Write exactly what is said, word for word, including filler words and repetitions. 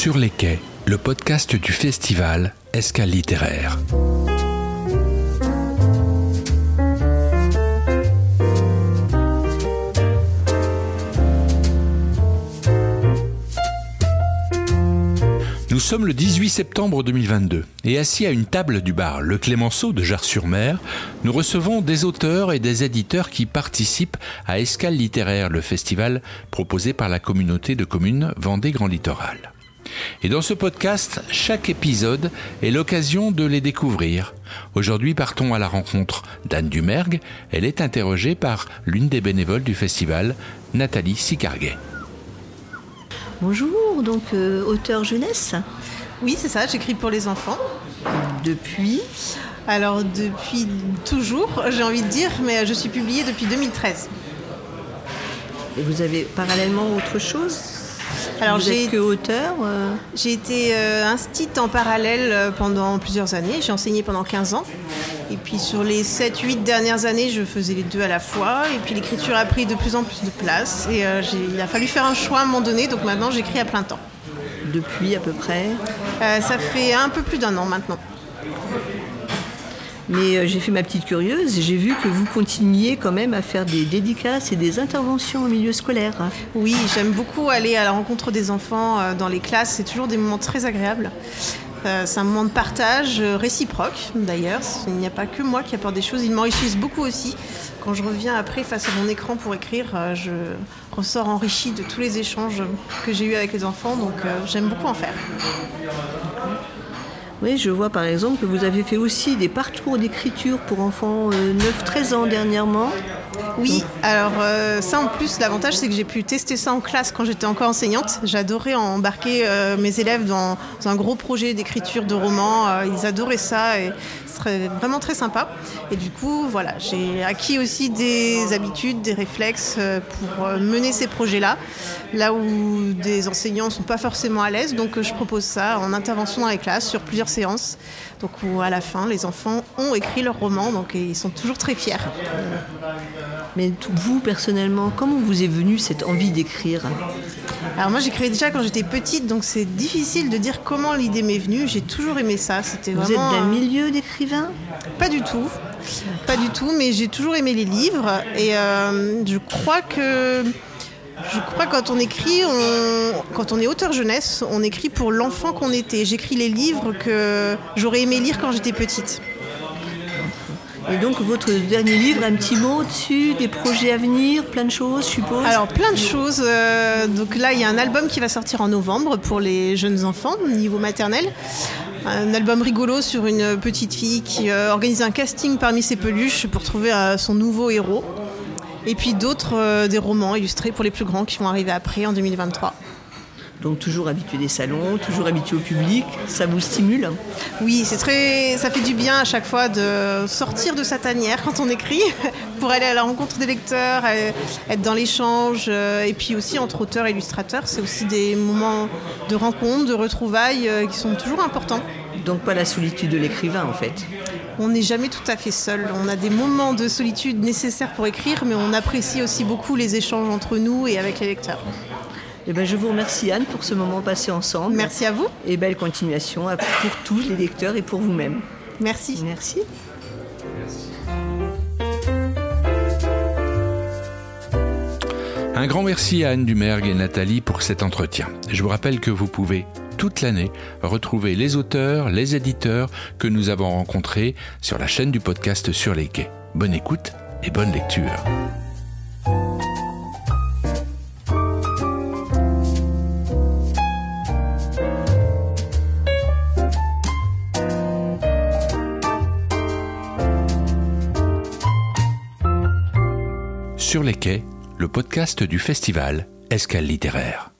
Sur les quais, le podcast du festival Escale littéraire. Nous sommes le dix-huit septembre deux mille vingt-deux et assis à une table du bar Le Clémenceau de Jars-sur-Mer, nous recevons des auteurs et des éditeurs qui participent à Escale littéraire, le festival proposé par la communauté de communes Vendée Grand Littoral. Et dans ce podcast, chaque épisode est l'occasion de les découvrir. Aujourd'hui, partons à la rencontre d'Anne Dumergue. Elle est interrogée par l'une des bénévoles du festival, Nathalie Sicarguet. Bonjour, donc euh, auteur jeunesse. Oui, c'est ça, j'écris pour les enfants. Depuis Alors depuis toujours, j'ai envie de dire, mais je suis publiée depuis deux mille treize. Et vous avez parallèlement autre chose? Alors vous j'ai êtes que auteur euh... J'ai été euh, instite en parallèle pendant plusieurs années, j'ai enseigné pendant quinze ans. Et puis sur les sept huit dernières années, je faisais les deux à la fois. Et puis l'écriture a pris de plus en plus de place. Et euh, j'ai, il a fallu faire un choix à un moment donné, donc maintenant j'écris à plein temps. Depuis à peu près euh, Ça fait un peu plus d'un an maintenant. Mais euh, j'ai fait ma petite curieuse et j'ai vu que vous continuiez quand même à faire des dédicaces et des interventions au milieu scolaire. Oui, j'aime beaucoup aller à la rencontre des enfants euh, dans les classes. C'est toujours des moments très agréables. Euh, c'est un moment de partage euh, réciproque d'ailleurs. Il n'y a pas que moi qui apporte des choses. Ils m'enrichissent beaucoup aussi. Quand je reviens après face à mon écran pour écrire, euh, je ressors enrichie de tous les échanges que j'ai eus avec les enfants. Donc euh, j'aime beaucoup en faire. Oui, je vois par exemple que vous avez fait aussi des parcours d'écriture pour enfants euh, neuf treize ans dernièrement. Oui, Donc... alors euh, ça en plus, l'avantage c'est que j'ai pu tester ça en classe quand j'étais encore enseignante. J'adorais embarquer euh, mes élèves dans, dans un gros projet d'écriture de romans. Euh, ils adoraient ça et ce serait vraiment très sympa. Et du coup, voilà, j'ai acquis aussi des habitudes, des réflexes euh, pour euh, mener ces projets-là, là où des enseignants ne sont pas forcément à l'aise. Donc euh, je propose ça en intervention dans les classes sur plusieurs séances. Donc où à la fin, les enfants ont écrit leur roman, donc ils sont toujours très fiers. Mais vous, personnellement, comment vous est venue cette envie d'écrire ? Alors moi, j'écrivais déjà quand j'étais petite, donc c'est difficile de dire comment l'idée m'est venue. J'ai toujours aimé ça. C'était vous vraiment... êtes d'un milieu d'écrivain ? Pas du tout. Pas du tout, mais j'ai toujours aimé les livres. Et euh, je crois que... Je crois que quand on écrit, on, quand on est auteur jeunesse, on écrit pour l'enfant qu'on était. J'écris les livres que j'aurais aimé lire quand j'étais petite. Et donc votre dernier livre, un petit mot dessus, des projets à venir, plein de choses, je suppose. Alors plein de choses. Euh, donc là, il y a un album qui va sortir en novembre pour les jeunes enfants, niveau maternel. Un album rigolo sur une petite fille qui euh, organise un casting parmi ses peluches pour trouver euh, son nouveau héros. Et puis d'autres, euh, des romans illustrés pour les plus grands qui vont arriver après en deux mille vingt-trois. Donc toujours habitué des salons, toujours habitué au public, ça vous stimule ? Oui, c'est très, ça fait du bien à chaque fois de sortir de sa tanière quand on écrit pour aller à la rencontre des lecteurs, être dans l'échange. Et puis aussi entre auteurs et illustrateurs, c'est aussi des moments de rencontre, de retrouvailles qui sont toujours importants. Donc pas la solitude de l'écrivain en fait ? On n'est jamais tout à fait seul. On a des moments de solitude nécessaires pour écrire, mais on apprécie aussi beaucoup les échanges entre nous et avec les lecteurs. Eh ben, je vous remercie Anne pour ce moment passé ensemble. Merci à vous. Et belle continuation pour tous les lecteurs et pour vous-même. Merci. Merci. Un grand merci à Anne Dumergue et Nathalie pour cet entretien. Je vous rappelle que vous pouvez toute l'année retrouver les auteurs, les éditeurs que nous avons rencontrés sur la chaîne du podcast Sur les quais. Bonne écoute et bonne lecture. Sur les quais, le podcast du festival Escale littéraire.